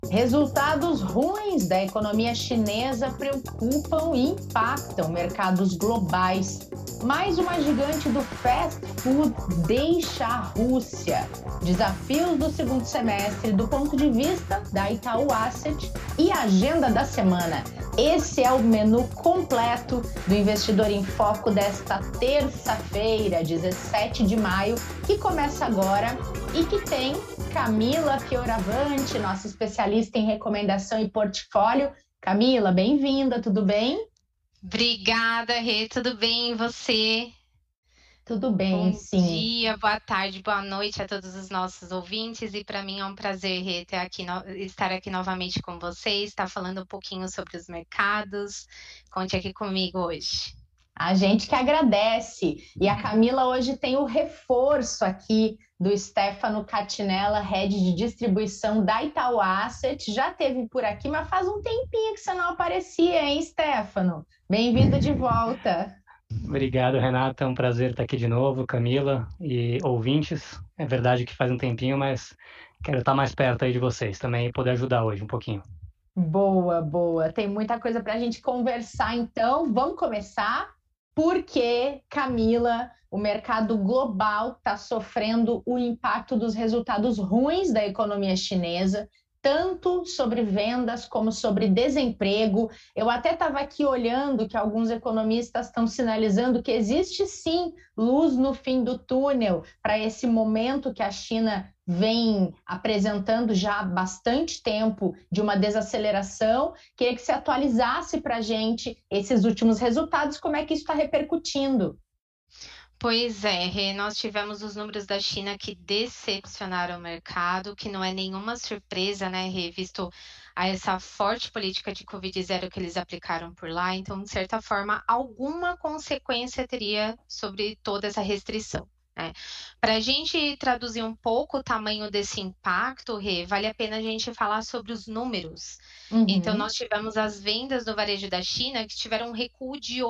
Resultados ruins da economia chinesa preocupam e impactam mercados globais. Mais uma gigante do fast food deixa a Rússia. Desafios do segundo semestre do ponto de vista da Itaú Asset e a agenda da semana. Esse é o menu completo do Investidor em Foco desta terça-feira, 17 de maio, que começa agora e que tem Camila Fioravanti, nossa especialista em recomendação e portfólio. Camila, bem-vinda, tudo bem? Obrigada, Rê. Tudo bem? E você? Tudo bem, Bom sim. dia, boa tarde, boa noite a todos os nossos ouvintes. E para mim é um prazer, Rê, estar aqui novamente com vocês, estar falando um pouquinho sobre os mercados. Conte aqui comigo hoje. A gente que agradece. E a Camila hoje tem o reforço aqui do Stefano Catinella, head de distribuição da Itaú Asset. Já teve por aqui, mas faz um tempinho que você não aparecia, hein, Stefano? Bem-vindo de volta. Obrigado, Renata. É um prazer estar aqui de novo, Camila e ouvintes. É verdade que faz um tempinho, mas quero estar mais perto aí de vocês também e poder ajudar hoje um pouquinho. Boa, boa. Tem muita coisa para a gente conversar, então vamos começar. Porque, Camila, o mercado global está sofrendo o impacto dos resultados ruins da economia chinesa, tanto sobre vendas como sobre desemprego. Eu até estava aqui olhando que alguns economistas estão sinalizando que existe sim luz no fim do túnel para esse momento que a China vem apresentando já há bastante tempo de uma desaceleração. Queria que você atualizasse para a gente esses últimos resultados, como é que isso está repercutindo. Pois é, Rê, nós tivemos os números da China que decepcionaram o mercado, que não é nenhuma surpresa, né, Rê, visto a essa forte política de Covid-0 que eles aplicaram por lá. Então, de certa forma, alguma consequência teria sobre toda essa restrição, né? Para a gente traduzir um pouco o tamanho desse impacto, Rê, vale a pena a gente falar sobre os números. Então, Uhum. nós tivemos as vendas no varejo da China que tiveram um recuo de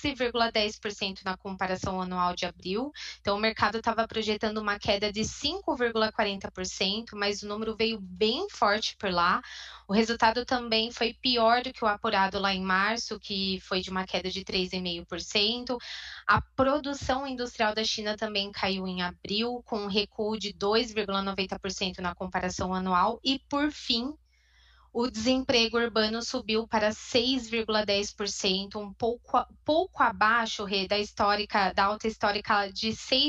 11,10% na comparação anual de abril. Então, o mercado estava projetando uma queda de 5,40%, mas o número veio bem forte por lá. O resultado também foi pior do que o apurado lá em março, que foi de uma queda de 3,5%. A produção industrial da China também caiu em abril, com um recuo de 2,90% na comparação anual. E, por fim, o desemprego urbano subiu para 6,10%, um pouco abaixo, Rê, da alta histórica de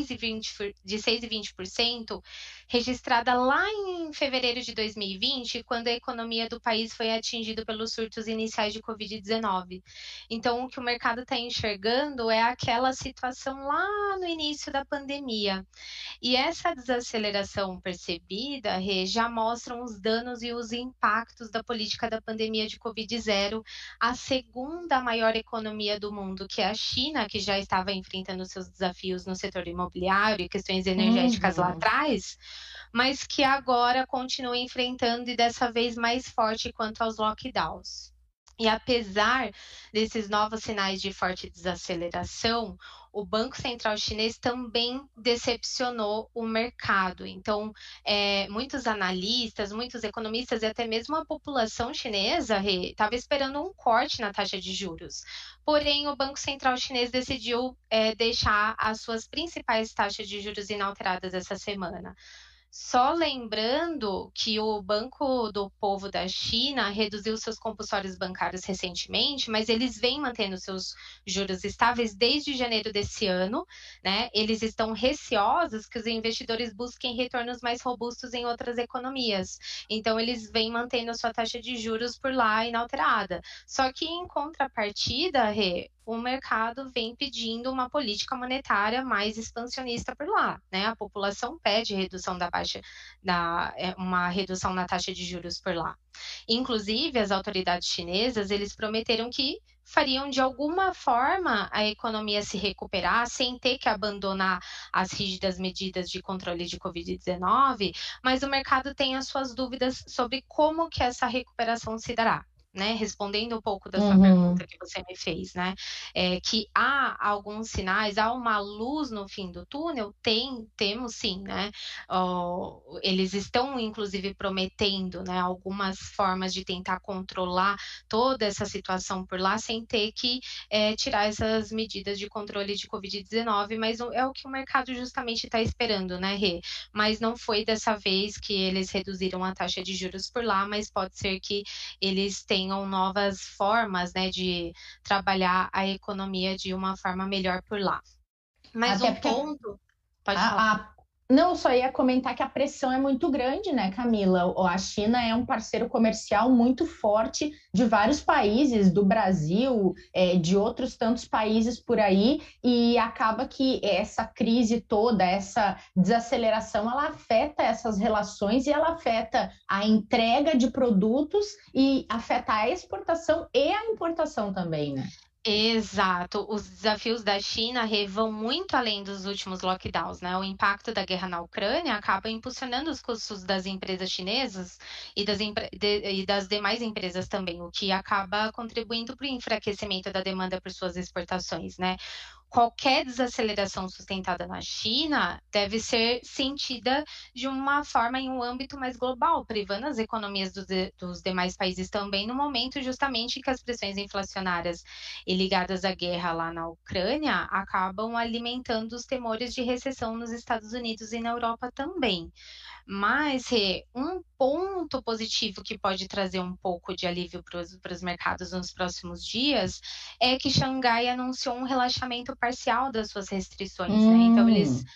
6,20%, registrada lá em fevereiro de 2020, quando a economia do país foi atingida pelos surtos iniciais de Covid-19. Então, o que o mercado está enxergando é aquela situação lá no início da pandemia. E essa desaceleração percebida, Rê, já mostram os danos e os impactos da política da pandemia de Covid-0, a segunda maior economia do mundo, que é a China, que já estava enfrentando seus desafios no setor imobiliário e questões energéticas lá Uhum. atrás, mas que agora continua enfrentando e dessa vez mais forte quanto aos lockdowns. E apesar desses novos sinais de forte desaceleração, o Banco Central Chinês também decepcionou o mercado. Então, muitos analistas, muitos economistas e até mesmo a população chinesa estava esperando um corte na taxa de juros. Porém, o Banco Central Chinês decidiu deixar as suas principais taxas de juros inalteradas essa semana. Só lembrando que o Banco do Povo da China reduziu seus compulsórios bancários recentemente, mas eles vêm mantendo seus juros estáveis desde janeiro desse ano, né? Eles estão receosos que os investidores busquem retornos mais robustos em outras economias. Então, eles vêm mantendo a sua taxa de juros por lá inalterada. Só que, em contrapartida, Rê, o mercado vem pedindo uma política monetária mais expansionista por lá, né? A população pede redução uma redução na taxa de juros por lá. Inclusive, as autoridades chinesas, eles prometeram que fariam de alguma forma a economia se recuperar sem ter que abandonar as rígidas medidas de controle de Covid-19, mas o mercado tem as suas dúvidas sobre como que essa recuperação se dará. né, respondendo um pouco da sua pergunta que você me fez, né, que há alguns sinais, há uma luz no fim do túnel, temos sim, né, eles estão inclusive prometendo, né, algumas formas de tentar controlar toda essa situação por lá, sem ter que tirar essas medidas de controle de Covid-19, mas é o que o mercado justamente está esperando, né, Rê? Mas não foi dessa vez que eles reduziram a taxa de juros por lá, mas pode ser que eles tenham novas formas, né, de trabalhar a economia de uma forma melhor por lá. Mas Até um porque ponto... Pode falar. Não, eu só ia comentar que a pressão é muito grande, né, Camila? A China é um parceiro comercial muito forte de vários países, do Brasil, de outros tantos países por aí, e acaba que essa crise toda, essa desaceleração, ela afeta essas relações e ela afeta a entrega de produtos e afeta a exportação e a importação também, né? Exato. Os desafios da China vão muito além dos últimos lockdowns, né? O impacto da guerra na Ucrânia acaba impulsionando os custos das empresas chinesas e das demais empresas também, o que acaba contribuindo para o enfraquecimento da demanda por suas exportações, né? Qualquer desaceleração sustentada na China deve ser sentida de uma forma em um âmbito mais global, privando as economias dos demais países também, no momento justamente que as pressões inflacionárias e ligadas à guerra lá na Ucrânia acabam alimentando os temores de recessão nos Estados Unidos e na Europa também. Mas um ponto positivo que pode trazer um pouco de alívio para os mercados nos próximos dias é que Xangai anunciou um relaxamento parcial das suas restrições, né? Então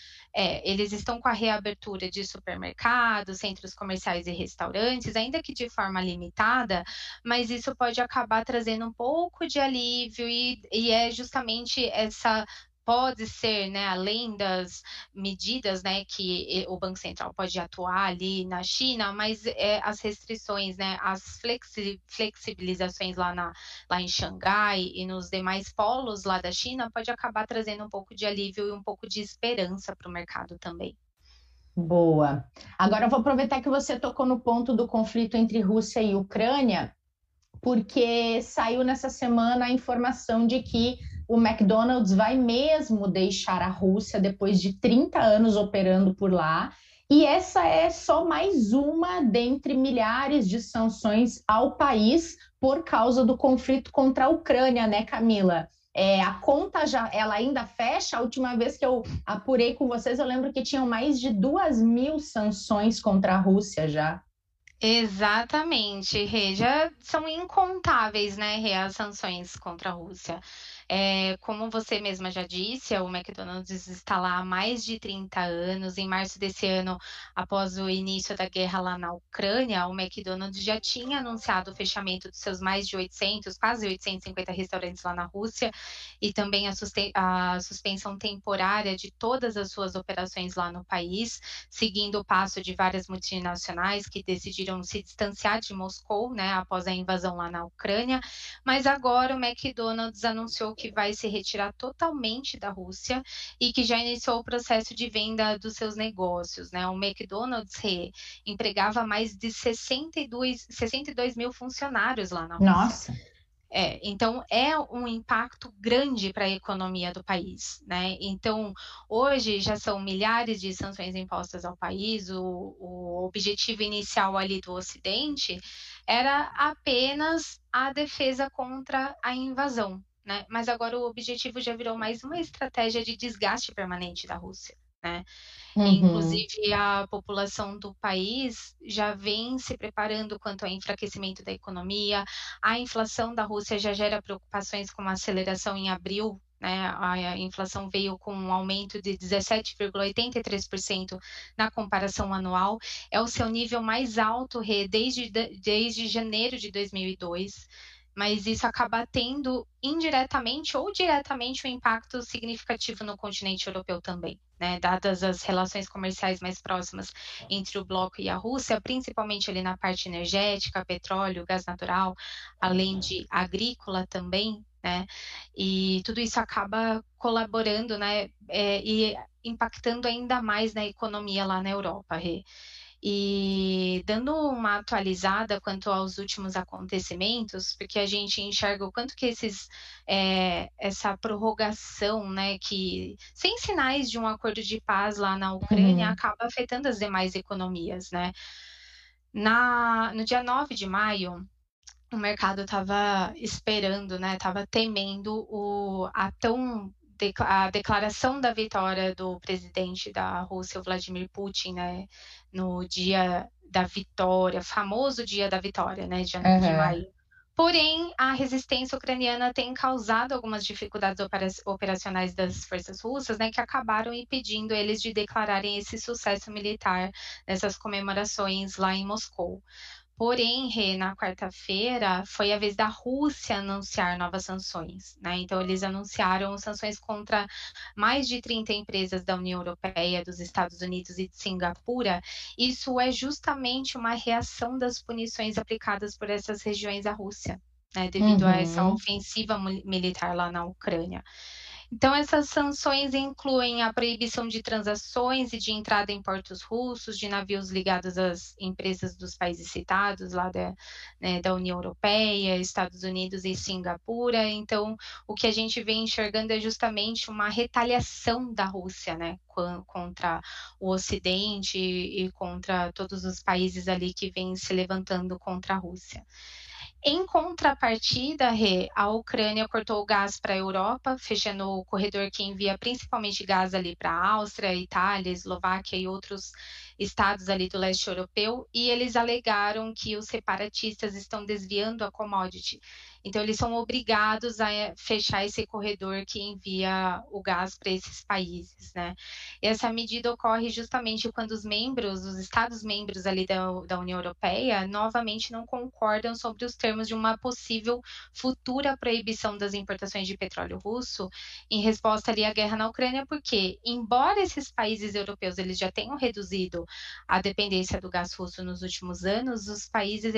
eles estão com a reabertura de supermercados, centros comerciais e restaurantes, ainda que de forma limitada, mas isso pode acabar trazendo um pouco de alívio e é justamente essa... Pode ser, né, além das medidas, né, que o Banco Central pode atuar ali na China, mas as restrições, né, as flexibilizações lá em Xangai e nos demais polos lá da China pode acabar trazendo um pouco de alívio e um pouco de esperança para o mercado também. Boa. Agora eu vou aproveitar que você tocou no ponto do conflito entre Rússia e Ucrânia, porque saiu nessa semana a informação de que o McDonald's vai mesmo deixar a Rússia depois de 30 anos operando por lá. E essa é só mais uma dentre milhares de sanções ao país por causa do conflito contra a Ucrânia, né, Camila? A conta ela ainda fecha. A última vez que eu apurei com vocês, eu lembro que tinham mais de 2.000 sanções contra a Rússia já. Exatamente, Rê. Já são incontáveis, né, Rê, as sanções contra a Rússia. Como você mesma já disse, o McDonald's está lá há mais de 30 anos. Em março desse ano, após o início da guerra lá na Ucrânia, o McDonald's já tinha anunciado o fechamento dos seus mais de 800, quase 850 restaurantes lá na Rússia, e também a suspensão temporária de todas as suas operações lá no país, seguindo o passo de várias multinacionais que decidiram se distanciar de Moscou, né, após a invasão lá na Ucrânia. Mas agora o McDonald's anunciou que vai se retirar totalmente da Rússia e que já iniciou o processo de venda dos seus negócios, né? O McDonald's empregava mais de 62 mil funcionários lá na Rússia. Nossa! Então é um impacto grande para a economia do país, né? Então, hoje já são milhares de sanções impostas ao país. O objetivo inicial ali do Ocidente era apenas a defesa contra a invasão, né? Mas agora o objetivo já virou mais uma estratégia de desgaste permanente da Rússia, né? Inclusive, a população do país já vem se preparando quanto ao enfraquecimento da economia. A inflação da Rússia já gera preocupações com uma aceleração em abril, né? A inflação veio com um aumento de 17,83% na comparação anual. É o seu nível mais alto, desde janeiro de 2002. Mas isso acaba tendo indiretamente ou diretamente um impacto significativo no continente europeu também, né? Dadas as relações comerciais mais próximas entre o bloco e a Rússia, principalmente ali na parte energética, petróleo, gás natural, além de agrícola também, né? E tudo isso acaba colaborando, né? E impactando ainda mais na economia lá na Europa, Rê. E dando uma atualizada quanto aos últimos acontecimentos, porque a gente enxerga o quanto que essa prorrogação, né, que sem sinais de um acordo de paz lá na Ucrânia, acaba afetando as demais economias, né? No dia 9 de maio, o mercado estava esperando, né? Estava temendo a declaração da vitória do presidente da Rússia, Vladimir Putin, né? No dia da vitória, famoso dia da vitória, né? Dia 9 de maio. Porém, a resistência ucraniana tem causado algumas dificuldades operacionais das forças russas, né, que acabaram impedindo eles de declararem esse sucesso militar nessas comemorações lá em Moscou. Porém, Rê, na quarta-feira, foi a vez da Rússia anunciar novas sanções, né? Então, eles anunciaram sanções contra mais de 30 empresas da União Europeia, dos Estados Unidos e de Singapura. Isso é justamente uma reação das punições aplicadas por essas regiões à Rússia, né? Devido a essa ofensiva militar lá na Ucrânia. Então, essas sanções incluem a proibição de transações e de entrada em portos russos, de navios ligados às empresas dos países citados, lá da União Europeia, Estados Unidos e Singapura. Então, o que a gente vem enxergando é justamente uma retaliação da Rússia, né, contra o Ocidente e contra todos os países ali que vêm se levantando contra a Rússia. Em contrapartida, a Ucrânia cortou o gás para a Europa, fechando o corredor que envia principalmente gás ali para a Áustria, Itália, Eslováquia e outros estados ali do leste europeu, e eles alegaram que os separatistas estão desviando a commodity. Então, eles são obrigados a fechar esse corredor que envia o gás para esses países, né? E essa medida ocorre justamente quando os Estados-membros ali da União Europeia, novamente não concordam sobre os termos de uma possível futura proibição das importações de petróleo russo em resposta ali à guerra na Ucrânia, porque, embora esses países europeus eles já tenham reduzido a dependência do gás russo nos últimos anos, os países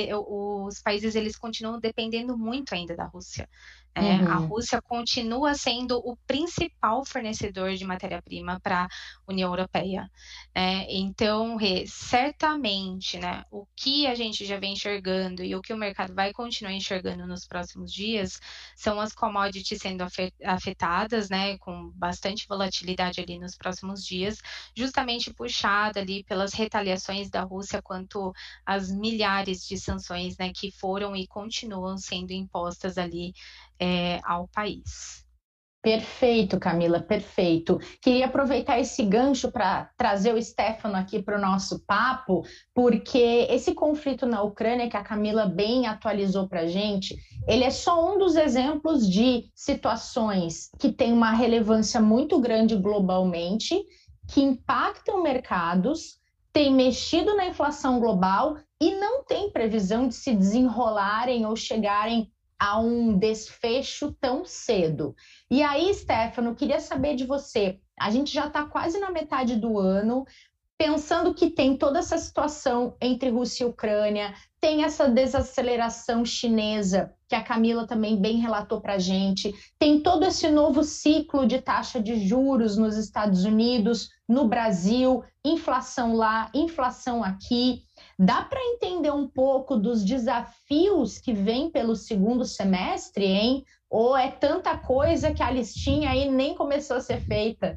eles continuam dependendo muito ainda da Rússia. A Rússia continua sendo o principal fornecedor de matéria-prima para a União Europeia. Então, certamente, né, o que a gente já vem enxergando e o que o mercado vai continuar enxergando nos próximos dias são as commodities sendo afetadas, né, com bastante volatilidade ali nos próximos dias, justamente puxada ali pelas retaliações da Rússia quanto às milhares de sanções, né, que foram e continuam sendo impostas ali ao país. Perfeito, Camila, perfeito. Queria aproveitar esse gancho para trazer o Stefano aqui para o nosso papo, porque esse conflito na Ucrânia, que a Camila bem atualizou para a gente, ele é só um dos exemplos de situações que têm uma relevância muito grande globalmente, que impactam mercados, tem mexido na inflação global e não tem previsão de se desenrolarem ou chegarem a um desfecho tão cedo. E aí, Stefano, queria saber de você. A gente já está quase na metade do ano, pensando que tem toda essa situação entre Rússia e Ucrânia, tem essa desaceleração chinesa, que a Camila também bem relatou para a gente, tem todo esse novo ciclo de taxa de juros nos Estados Unidos, no Brasil, inflação lá, inflação aqui. Dá para entender um pouco dos desafios que vêm pelo segundo semestre, hein? Ou é tanta coisa que a listinha aí nem começou a ser feita?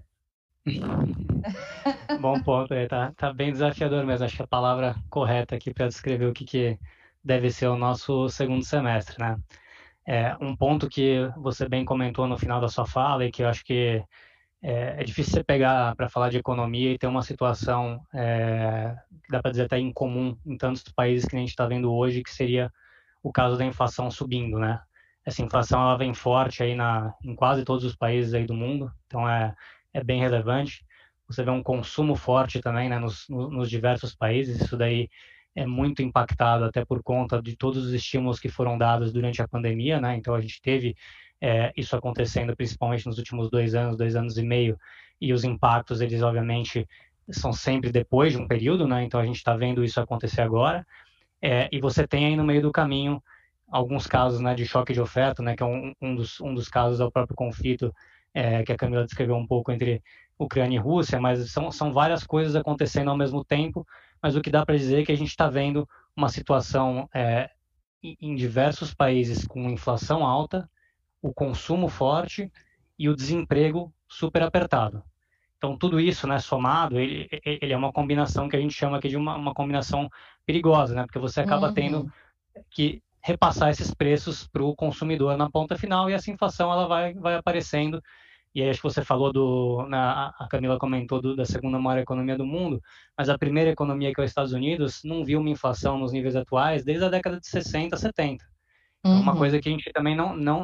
Bom ponto, tá bem desafiador mesmo. Acho que a palavra correta aqui para descrever o que deve ser o nosso segundo semestre, né? Um ponto que você bem comentou no final da sua fala e que eu acho que é difícil você pegar para falar de economia e ter uma situação que dá para dizer até incomum em tantos países que a gente está vendo hoje, que seria o caso da inflação subindo, né? Essa inflação ela vem forte aí em quase todos os países aí do mundo, então é bem relevante. Você vê um consumo forte também, né, nos diversos países. Isso daí é muito impactado até por conta de todos os estímulos que foram dados durante a pandemia, né? Então a gente teve isso acontecendo principalmente nos últimos 2 anos e meio, e os impactos, eles obviamente são sempre depois de um período, né? Então a gente está vendo isso acontecer agora. E você tem aí no meio do caminho alguns casos, né, de choque de oferta, né, que é um dos casos do próprio conflito que a Camila descreveu um pouco entre Ucrânia e Rússia, mas são várias coisas acontecendo ao mesmo tempo mas o que dá para dizer é que a gente está vendo uma situação em diversos países com inflação alta, o consumo forte e o desemprego super apertado. Então, tudo isso, né, somado, ele é uma combinação que a gente chama aqui de uma combinação perigosa, né, porque você acaba tendo que repassar esses preços para o consumidor na ponta final e essa inflação ela vai aparecendo. E aí acho que você falou a Camila comentou da segunda maior economia do mundo, mas a primeira economia, que é os Estados Unidos, não viu uma inflação nos níveis atuais desde a década de 60, 70. Então, uma coisa que a gente também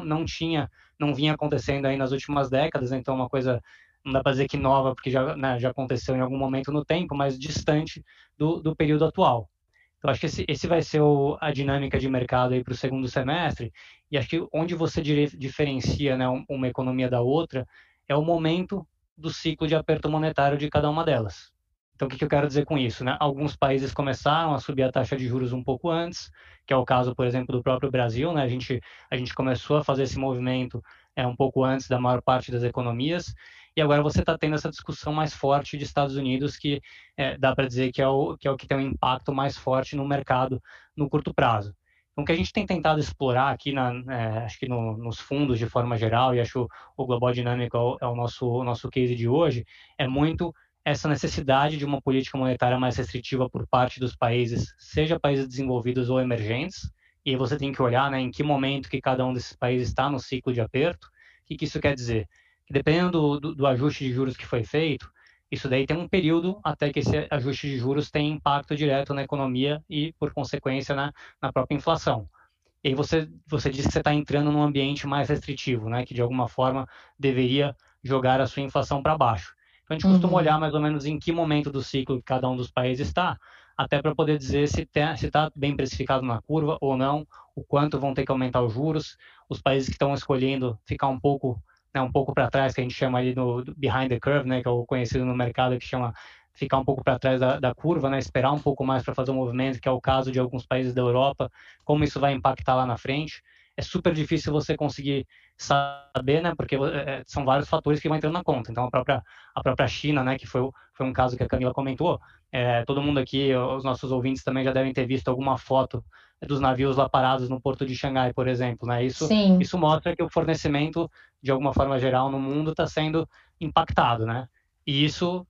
não vinha acontecendo aí nas últimas décadas, então uma coisa, não dá para dizer que nova, porque já, né, já aconteceu em algum momento no tempo, mas distante do período atual. Então, acho que esse vai ser a dinâmica de mercado aí para o segundo semestre, e acho que onde você diferencia, né, uma economia da outra é o momento do ciclo de aperto monetário de cada uma delas. Então, o que eu quero dizer com isso, né? Alguns países começaram a subir a taxa de juros um pouco antes, que é o caso, por exemplo, do próprio Brasil, né? A gente começou a fazer esse movimento um pouco antes da maior parte das economias, e agora você está tendo essa discussão mais forte de Estados Unidos, que dá para dizer que é o que tem um impacto mais forte no mercado no curto prazo. Então, o que a gente tem tentado explorar aqui, acho que nos fundos de forma geral, e acho o Global Dynamic é o nosso case de hoje, é muito essa necessidade de uma política monetária mais restritiva por parte dos países, seja países desenvolvidos ou emergentes, e aí você tem que olhar, né, em que momento que cada um desses países está no ciclo de aperto. O que isso quer dizer? Que dependendo do ajuste de juros que foi feito, isso daí tem um período até que esse ajuste de juros tem impacto direto na economia e, por consequência, na própria inflação. E aí você diz que você está entrando num ambiente mais restritivo, né, que de alguma forma deveria jogar a sua inflação para baixo. Então, a gente costuma olhar mais ou menos em que momento do ciclo que cada um dos países está, até para poder dizer se está bem precificado na curva ou não, o quanto vão ter que aumentar os juros. Os países que estão escolhendo ficar um pouco para trás, que a gente chama ali do behind the curve, né, que é o conhecido no mercado, que chama ficar um pouco para trás da curva, né, esperar um pouco mais para fazer o movimento, que é o caso de alguns países da Europa, como isso vai impactar lá na frente. É super difícil você conseguir saber, né, porque são vários fatores que vão entrando na conta. Então, a própria China, né, que foi um caso que a Camila comentou, todo mundo aqui, os nossos ouvintes também já devem ter visto alguma foto dos navios lá parados no porto de Xangai, por exemplo, né? Isso mostra que o fornecimento, de alguma forma geral, no mundo está sendo impactado, né? E isso,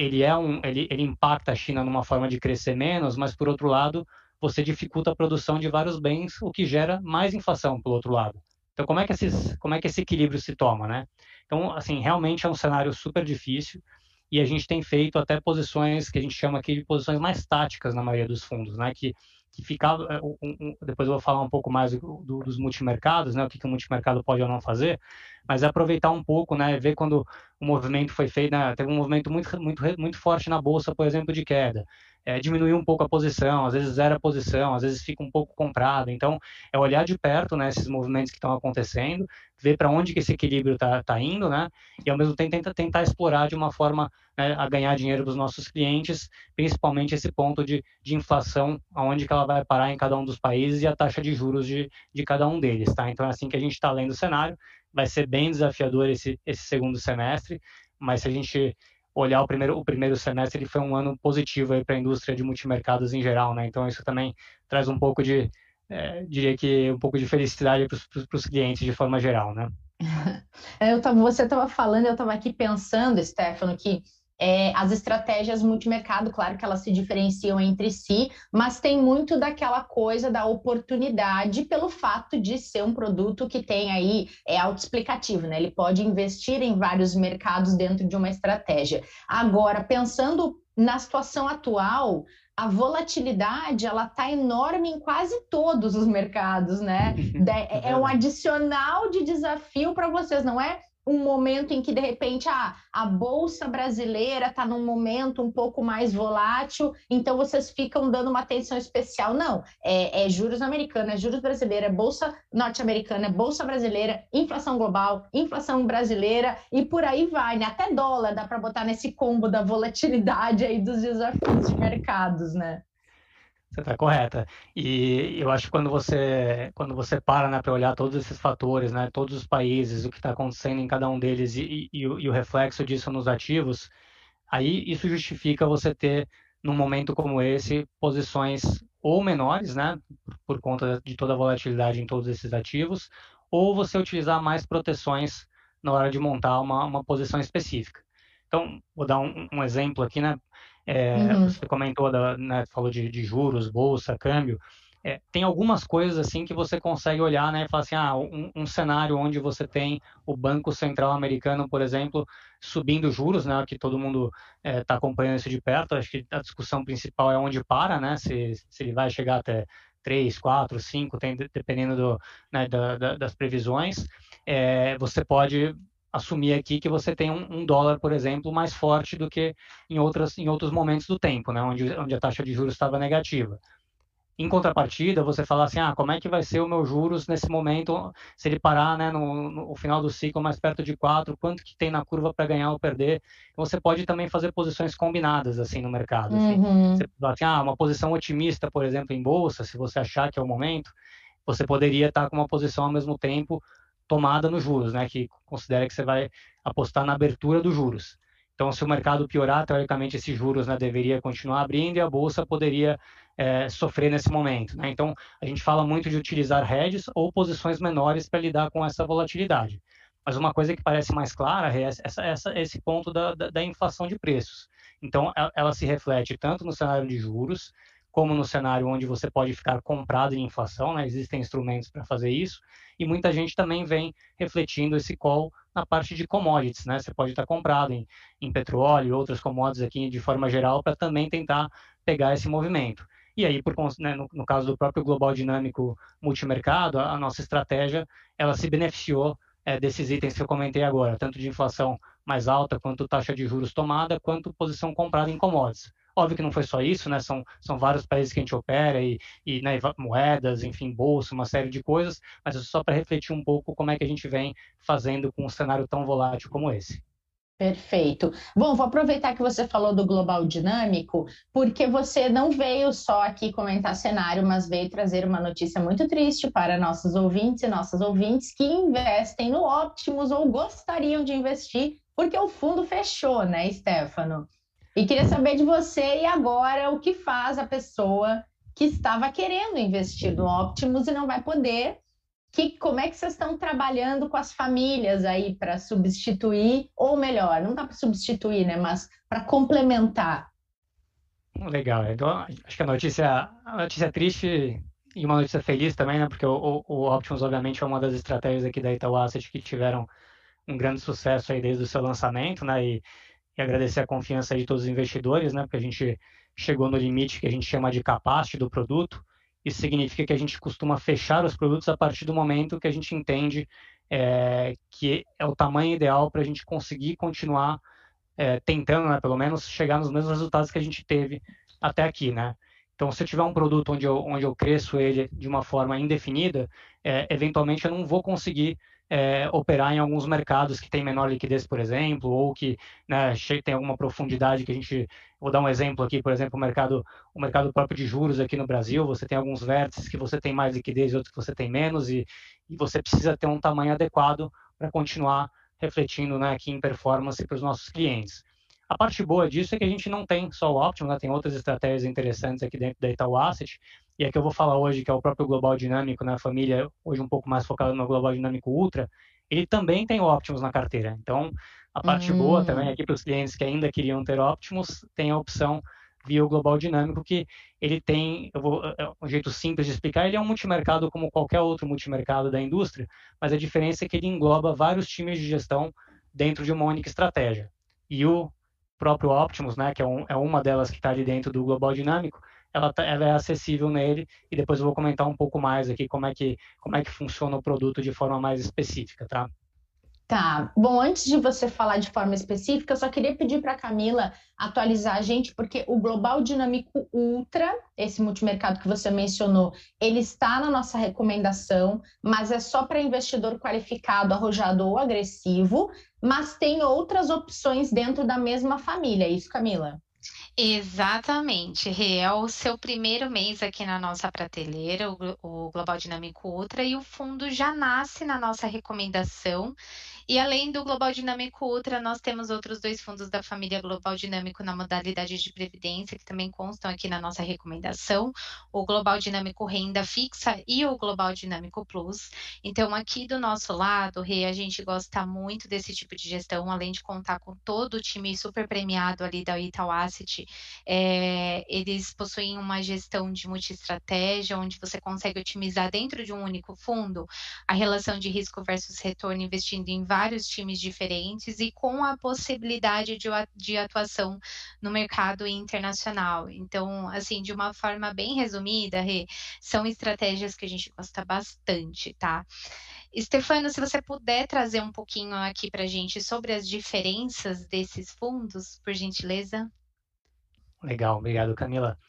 ele impacta a China numa forma de crescer menos, mas, por outro lado, você dificulta a produção de vários bens, o que gera mais inflação, pelo outro lado. Então, como é que esse equilíbrio se toma, né? Então, assim, realmente é um cenário super difícil, e a gente tem feito até posições que a gente chama aqui de posições mais táticas na maioria dos fundos, né? Que ficava, depois eu vou falar um pouco mais dos multimercados, né? O que o multimercado pode ou não fazer, mas é aproveitar um pouco, né? Ver quando o movimento foi feito, né? Teve um movimento muito forte na bolsa, por exemplo, de queda. Diminuir um pouco a posição, às vezes zera a posição, às vezes fica um pouco comprado. Então, é olhar de perto, né, esses movimentos que estão acontecendo, ver para onde que esse equilíbrio está indo, né, e ao mesmo tempo tentar explorar de uma forma, né, a ganhar dinheiro dos nossos clientes, principalmente esse ponto de inflação, aonde que ela vai parar em cada um dos países e a taxa de juros de cada um deles, tá? Então, é assim que a gente está lendo o cenário. Vai ser bem desafiador esse segundo semestre, mas se a gente olhar o primeiro semestre, ele foi um ano positivo para a indústria de multimercados em geral, né? Então isso também traz um pouco diria que um pouco de felicidade para os clientes de forma geral, né? Você estava falando, eu estava aqui pensando, Stefano, que as estratégias multimercado, claro que elas se diferenciam entre si, mas tem muito daquela coisa da oportunidade pelo fato de ser um produto que tem aí, autoexplicativo, né? Ele pode investir em vários mercados dentro de uma estratégia. Agora, pensando na situação atual, a volatilidade, ela está enorme em quase todos os mercados, né? É um adicional de desafio para vocês, não é um momento em que, de repente, a Bolsa brasileira está num momento um pouco mais volátil, então vocês ficam dando uma atenção especial. Não, é juros americanos, é juros brasileira, é Bolsa norte-americana, é Bolsa brasileira, inflação global, inflação brasileira, e por aí vai, né? Até dólar dá para botar nesse combo da volatilidade aí dos desafios de mercados, né? Você está correta. E eu acho que quando você para, né, para olhar todos esses fatores, né, todos os países, o que está acontecendo em cada um deles e o reflexo disso nos ativos, aí isso justifica você ter num momento como esse, posições ou menores, né, por conta de toda a volatilidade em todos esses ativos, ou você utilizar mais proteções na hora de montar uma posição específica. Então, vou dar um exemplo aqui, né? Você comentou, né, falou de juros, bolsa, câmbio. Tem algumas coisas assim que você consegue olhar, né, e falar assim, um cenário onde você tem o Banco Central americano, por exemplo, subindo juros, né, que todo mundo está acompanhando isso de perto. Acho que a discussão principal é onde para, né, se ele vai chegar até 3, 4, 5, dependendo né, das previsões. Você pode assumir aqui que você tem um dólar, por exemplo, mais forte do que em outros momentos do tempo, né, onde a taxa de juros estava negativa. Em contrapartida, você fala assim, como é que vai ser o meu juros nesse momento, se ele parar, né, no final do ciclo mais perto de 4, quanto que tem na curva para ganhar ou perder? Você pode também fazer posições combinadas, assim, no mercado. Assim. Você fala assim, uma posição otimista, por exemplo, em bolsa, se você achar que é o momento, você poderia estar com uma posição ao mesmo tempo tomada nos juros, né, que considera que você vai apostar na abertura dos juros. Então, se o mercado piorar, teoricamente, esses juros, né, deveria continuar abrindo e a bolsa poderia sofrer nesse momento. Né? Então, a gente fala muito de utilizar hedges ou posições menores para lidar com essa volatilidade. Mas uma coisa que parece mais clara é esse ponto da inflação de preços. Então, ela se reflete tanto no cenário de juros, como no cenário onde você pode ficar comprado em inflação, né? Existem instrumentos para fazer isso, e muita gente também vem refletindo esse call na parte de commodities, né? Você pode estar comprado em petróleo e outras commodities aqui de forma geral para também tentar pegar esse movimento. E aí, né, no caso do próprio Global Dinâmico Multimercado, a nossa estratégia, ela se beneficiou desses itens que eu comentei agora, tanto de inflação mais alta, quanto taxa de juros tomada, quanto posição comprada em commodities. Óbvio que não foi só isso, né? São vários países que a gente opera e né, moedas, enfim, bolsa, uma série de coisas, mas é só para refletir um pouco como é que a gente vem fazendo com um cenário tão volátil como esse. Perfeito. Bom, vou aproveitar que você falou do Global Dinâmico, porque você não veio só aqui comentar cenário, mas veio trazer uma notícia muito triste para nossos ouvintes e nossas ouvintes que investem no Optimus ou gostariam de investir, porque o fundo fechou, né, Stefano? E queria saber de você, e agora, o que faz a pessoa que estava querendo investir no Optimus e não vai poder? Como é que vocês estão trabalhando com as famílias aí para substituir, ou melhor, não dá para substituir, né, mas para complementar? Legal. Então, acho que a notícia é triste e uma notícia feliz também, né, porque o Optimus, obviamente, é uma das estratégias aqui da Itaú Asset que tiveram um grande sucesso aí desde o seu lançamento, né, e agradecer a confiança de todos os investidores, né, porque a gente chegou no limite que a gente chama de capacity do produto. Isso significa que a gente costuma fechar os produtos a partir do momento que a gente entende que é o tamanho ideal para a gente conseguir continuar tentando, né, pelo menos, chegar nos mesmos resultados que a gente teve até aqui, né? Então, se eu tiver um produto onde eu cresço ele de uma forma indefinida, eventualmente eu não vou conseguir operar em alguns mercados que têm menor liquidez, por exemplo, ou que, né, tem alguma profundidade que a gente... Vou dar um exemplo aqui, por exemplo, o mercado próprio de juros aqui no Brasil, você tem alguns vértices que você tem mais liquidez e outros que você tem menos, e você precisa ter um tamanho adequado para continuar refletindo, né, aqui em performance para os nossos clientes. A parte boa disso é que a gente não tem só o Optimus, né, tem outras estratégias interessantes aqui dentro da Itaú Asset, e a que eu vou falar hoje, que é o próprio Global Dinâmico, né, a família hoje um pouco mais focada no Global Dinâmico Ultra, ele também tem o Optimus na carteira. Então, a parte boa também aqui para os clientes que ainda queriam ter Optimus, tem a opção via o Global Dinâmico, que ele tem, um jeito simples de explicar, ele é um multimercado como qualquer outro multimercado da indústria, mas a diferença é que ele engloba vários times de gestão dentro de uma única estratégia. E o próprio Optimus, né, que é uma delas que está ali dentro do Global Dinâmico, ela é acessível nele, e depois eu vou comentar um pouco mais aqui como é que funciona o produto de forma mais específica, tá? Tá. Bom, antes de você falar de forma específica, eu só queria pedir para a Camila atualizar a gente, porque o Global Dinâmico Ultra, esse multimercado que você mencionou, ele está na nossa recomendação, mas é só para investidor qualificado, arrojado ou agressivo, mas tem outras opções dentro da mesma família, é isso, Camila? Exatamente, Rê. É o seu primeiro mês aqui na nossa prateleira, o Global Dinâmico Ultra, e o fundo já nasce na nossa recomendação. E além do Global Dinâmico Ultra, nós temos outros 2 fundos da família Global Dinâmico na modalidade de previdência, que também constam aqui na nossa recomendação, o Global Dinâmico Renda Fixa e o Global Dinâmico Plus. Então, aqui do nosso lado, Rê, a gente gosta muito desse tipo de gestão, além de contar com todo o time super premiado ali da Itaú Asset. Eles possuem uma gestão de multi-estratégia, onde você consegue otimizar dentro de um único fundo a relação de risco versus retorno, investindo em vários times diferentes e com a possibilidade de atuação no mercado internacional. Então, assim, de uma forma bem resumida, Rê, são estratégias que a gente gosta bastante, tá? Stefano, se você puder trazer um pouquinho aqui para a gente sobre as diferenças desses fundos, por gentileza. Legal, obrigado, Camila.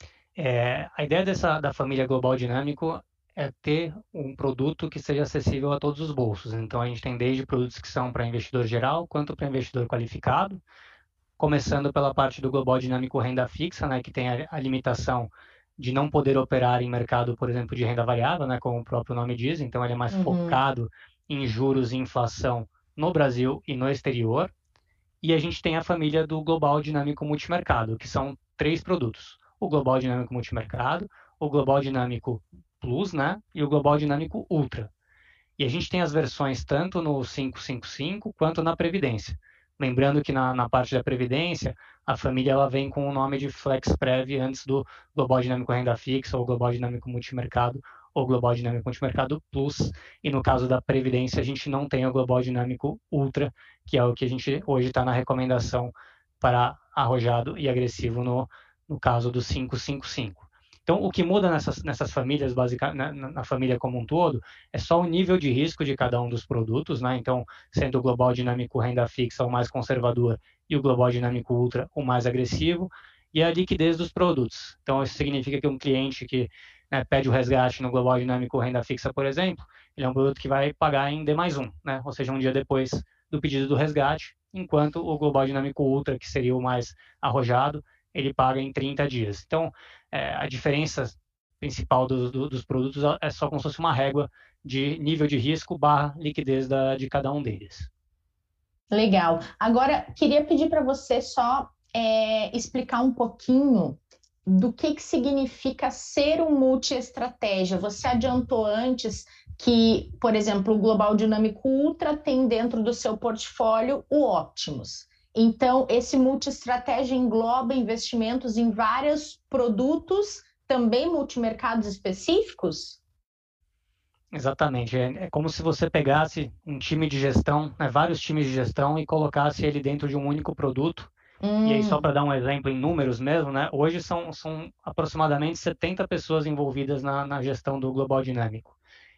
A ideia da família Global Dinâmico é ter um produto que seja acessível a todos os bolsos. Então, a gente tem desde produtos que são para investidor geral, quanto para investidor qualificado, começando pela parte do Global Dinâmico Renda Fixa, né, que tem a limitação de não poder operar em mercado, por exemplo, de renda variável, né, como o próprio nome diz. Então, ele é mais focado em juros e inflação no Brasil e no exterior. E a gente tem a família do Global Dinâmico Multimercado, que são 3 produtos. O Global Dinâmico Multimercado, o Global Dinâmico Plus, né? E o Global Dinâmico Ultra. E a gente tem as versões tanto no 555 quanto na Previdência. Lembrando que na parte da Previdência, a família ela vem com o nome de FlexPrev antes do Global Dinâmico Renda Fixa ou Global Dinâmico Multimercado ou Global Dinâmico Multimercado Plus. E no caso da Previdência, a gente não tem o Global Dinâmico Ultra, que é o que a gente hoje está na recomendação para arrojado e agressivo no caso do 555. Então, o que muda nessas famílias, basicamente, na família como um todo, é só o nível de risco de cada um dos produtos, né? Então, sendo o Global Dinâmico Renda Fixa o mais conservador e o Global Dinâmico Ultra o mais agressivo, e a liquidez dos produtos. Então, isso significa que um cliente que pede o resgate no Global Dinâmico Renda Fixa, por exemplo, ele é um produto que vai pagar em D+1, né? Ou seja, um dia depois do pedido do resgate, enquanto o Global Dinâmico Ultra, que seria o mais arrojado, ele paga em 30 dias. Então, a diferença principal dos produtos é só como se fosse uma régua de nível de risco / liquidez de cada um deles. Legal. Agora, queria pedir para você só explicar um pouquinho do que significa ser um multi-estratégia. Você adiantou antes que, por exemplo, o Global Dinâmico Ultra tem dentro do seu portfólio o Optimus. Então, esse multi-estratégia engloba investimentos em vários produtos, também multimercados específicos? Exatamente. É como se você pegasse um time de gestão, vários times de gestão, e colocasse ele dentro de um único produto. E aí, só para dar um exemplo em números mesmo, né? Hoje são aproximadamente 70 pessoas envolvidas na gestão do Global Dinâmico.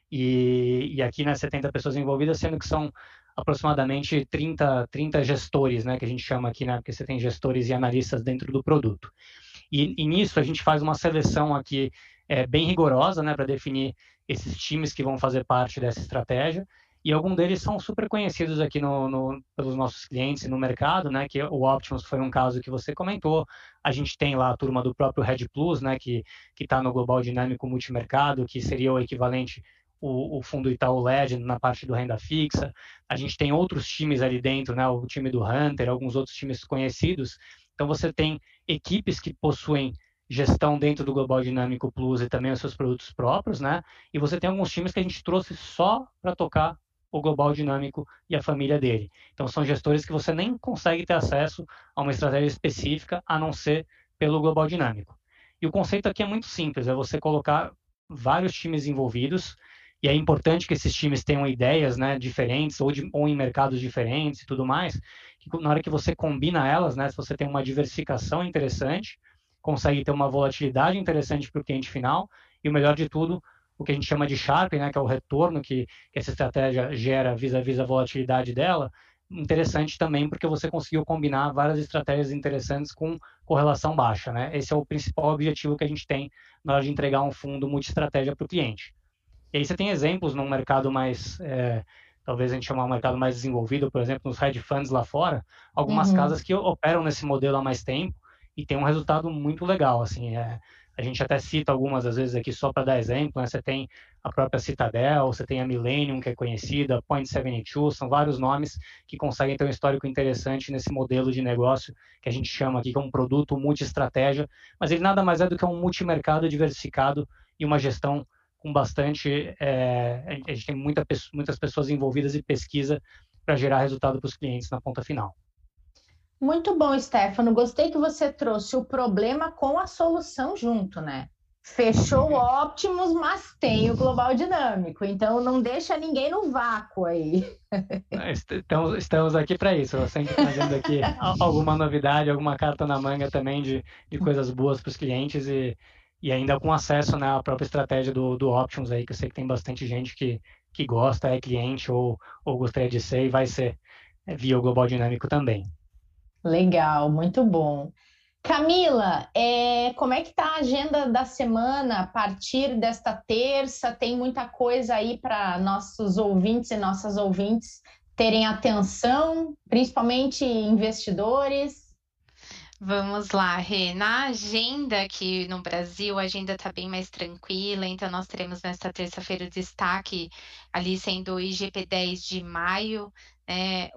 E aqui, 70 pessoas envolvidas, sendo que são aproximadamente 30 gestores, né, que a gente chama aqui, né, porque você tem gestores e analistas dentro do produto. E nisso a gente faz uma seleção aqui bem rigorosa, né, para definir esses times que vão fazer parte dessa estratégia, e alguns deles são super conhecidos aqui pelos nossos clientes e no mercado, né, que o Optimus foi um caso que você comentou. A gente tem lá a turma do próprio Red Plus, né, que está no Global Dinâmico Multimercado, que seria o equivalente o fundo Itaú Legend na parte do renda fixa. A gente tem outros times ali dentro, né, o time do Hunter, alguns outros times conhecidos. Então você tem equipes que possuem gestão dentro do Global Dinâmico Plus e também os seus produtos próprios, né? E você tem alguns times que a gente trouxe só para tocar o Global Dinâmico e a família dele. Então são gestores que você nem consegue ter acesso a uma estratégia específica a não ser pelo Global Dinâmico. E o conceito aqui é muito simples, é você colocar vários times envolvidos. E é importante que esses times tenham ideias, né, diferentes ou em mercados diferentes e tudo mais, que na hora que você combina elas, né, se você tem uma diversificação interessante, consegue ter uma volatilidade interessante para o cliente final, e o melhor de tudo, o que a gente chama de Sharpe, né, que é o retorno que essa estratégia gera vis-à-vis a volatilidade dela, interessante também porque você conseguiu combinar várias estratégias interessantes com correlação baixa, né? Esse é o principal objetivo que a gente tem na hora de entregar um fundo multi-estratégia para o cliente. E aí você tem exemplos num mercado mais, talvez a gente chame um mercado mais desenvolvido, por exemplo, nos hedge funds lá fora, algumas casas que operam nesse modelo há mais tempo e tem um resultado muito legal, assim, a gente até cita algumas, às vezes, aqui só para dar exemplo, né? Você tem a própria Citadel, você tem a Millennium, que é conhecida, a Point72, são vários nomes que conseguem ter um histórico interessante nesse modelo de negócio que a gente chama aqui, que é um produto multi-estratégia, mas ele nada mais é do que um multimercado diversificado e uma gestão com bastante... a gente tem muitas pessoas envolvidas em pesquisa para gerar resultado para os clientes na ponta final. Muito bom, Stefano. Gostei que você trouxe o problema com a solução junto, né? Fechou o Optimus, mas tem o Global Dinâmico. Então, não deixa ninguém no vácuo aí. Estamos aqui para isso. Sempre trazendo aqui alguma novidade, alguma carta na manga também de coisas boas para os clientes e ainda com acesso, né, à própria estratégia do Optimus aí, que eu sei que tem bastante gente que gosta, é cliente ou gostaria de ser e vai ser via o Global Dinâmico também. Legal, muito bom. Camila, como é que está a agenda da semana a partir desta terça? Tem muita coisa aí para nossos ouvintes e nossas ouvintes terem atenção, principalmente investidores? Vamos lá, Rê. Na agenda aqui no Brasil, a agenda está bem mais tranquila, então nós teremos nesta terça-feira o destaque ali sendo o IGP-10 de maio, né?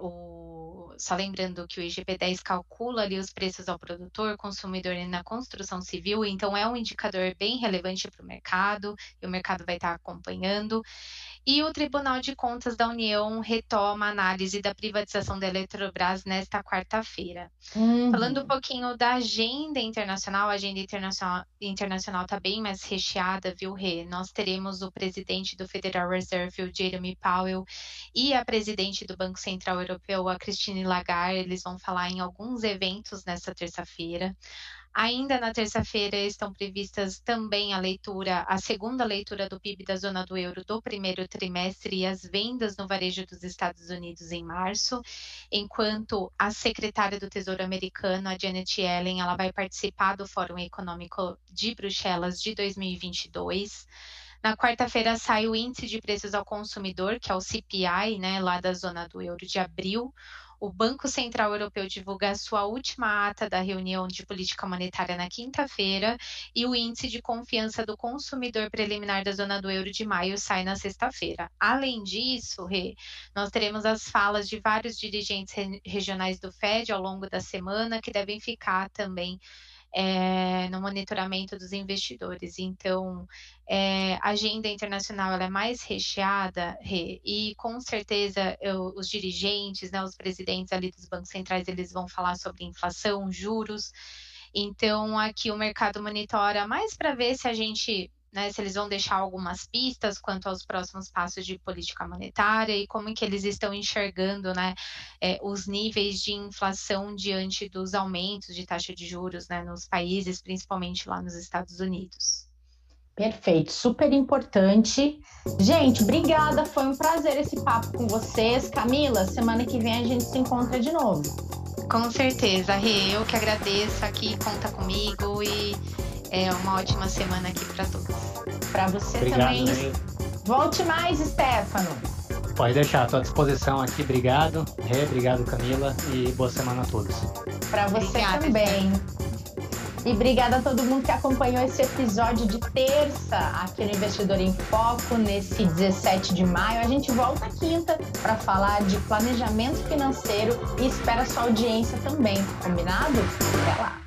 Só lembrando que o IGP-10 calcula ali os preços ao produtor, consumidor e na construção civil, então é um indicador bem relevante para o mercado, e o mercado vai estar acompanhando. E o Tribunal de Contas da União retoma a análise da privatização da Eletrobras nesta quarta-feira. Falando um pouquinho da agenda internacional, a agenda internacional está bem mais recheada, viu, Rê? Nós teremos o presidente do Federal Reserve, o Jeremy Powell, e a presidente do Banco Central Europeu, a Christine Lagarde. Eles vão falar em alguns eventos nesta terça-feira. Ainda na terça-feira estão previstas também a segunda leitura do PIB da zona do euro do primeiro trimestre e as vendas no varejo dos Estados Unidos em março, enquanto a secretária do Tesouro americano, a Janet Yellen, ela vai participar do Fórum Econômico de Bruxelas de 2022. Na quarta-feira sai o Índice de Preços ao Consumidor, que é o CPI, né, lá da zona do euro de abril. O Banco Central Europeu divulga a sua última ata da reunião de política monetária na quinta-feira e o Índice de Confiança do Consumidor Preliminar da zona do euro de maio sai na sexta-feira. Além disso, Rê, nós teremos as falas de vários dirigentes regionais do FED ao longo da semana que devem ficar também no monitoramento dos investidores. Então, a agenda internacional ela é mais recheada, e com certeza os dirigentes, né, os presidentes ali dos bancos centrais, eles vão falar sobre inflação, juros. Então, aqui o mercado monitora mais para ver se a gente... né, se eles vão deixar algumas pistas quanto aos próximos passos de política monetária e como que eles estão enxergando, né, os níveis de inflação diante dos aumentos de taxa de juros, né, nos países, principalmente lá nos Estados Unidos. Perfeito, super importante. Gente, obrigada, foi um prazer esse papo com vocês. Camila, semana que vem a gente se encontra de novo. Com certeza, Rê, eu que agradeço aqui, conta comigo e uma ótima semana aqui para todos. Para você Obrigado, também. Rê. Volte mais, Stefano. Pode deixar, estou à disposição aqui. Obrigado, Rê, obrigado, Camila, e boa semana a todos. Para você Obrigada, também. E obrigada a todo mundo que acompanhou esse episódio de terça aqui no Investidor em Foco, nesse 17 de maio. A gente volta quinta para falar de planejamento financeiro e espera a sua audiência também, combinado? Até lá!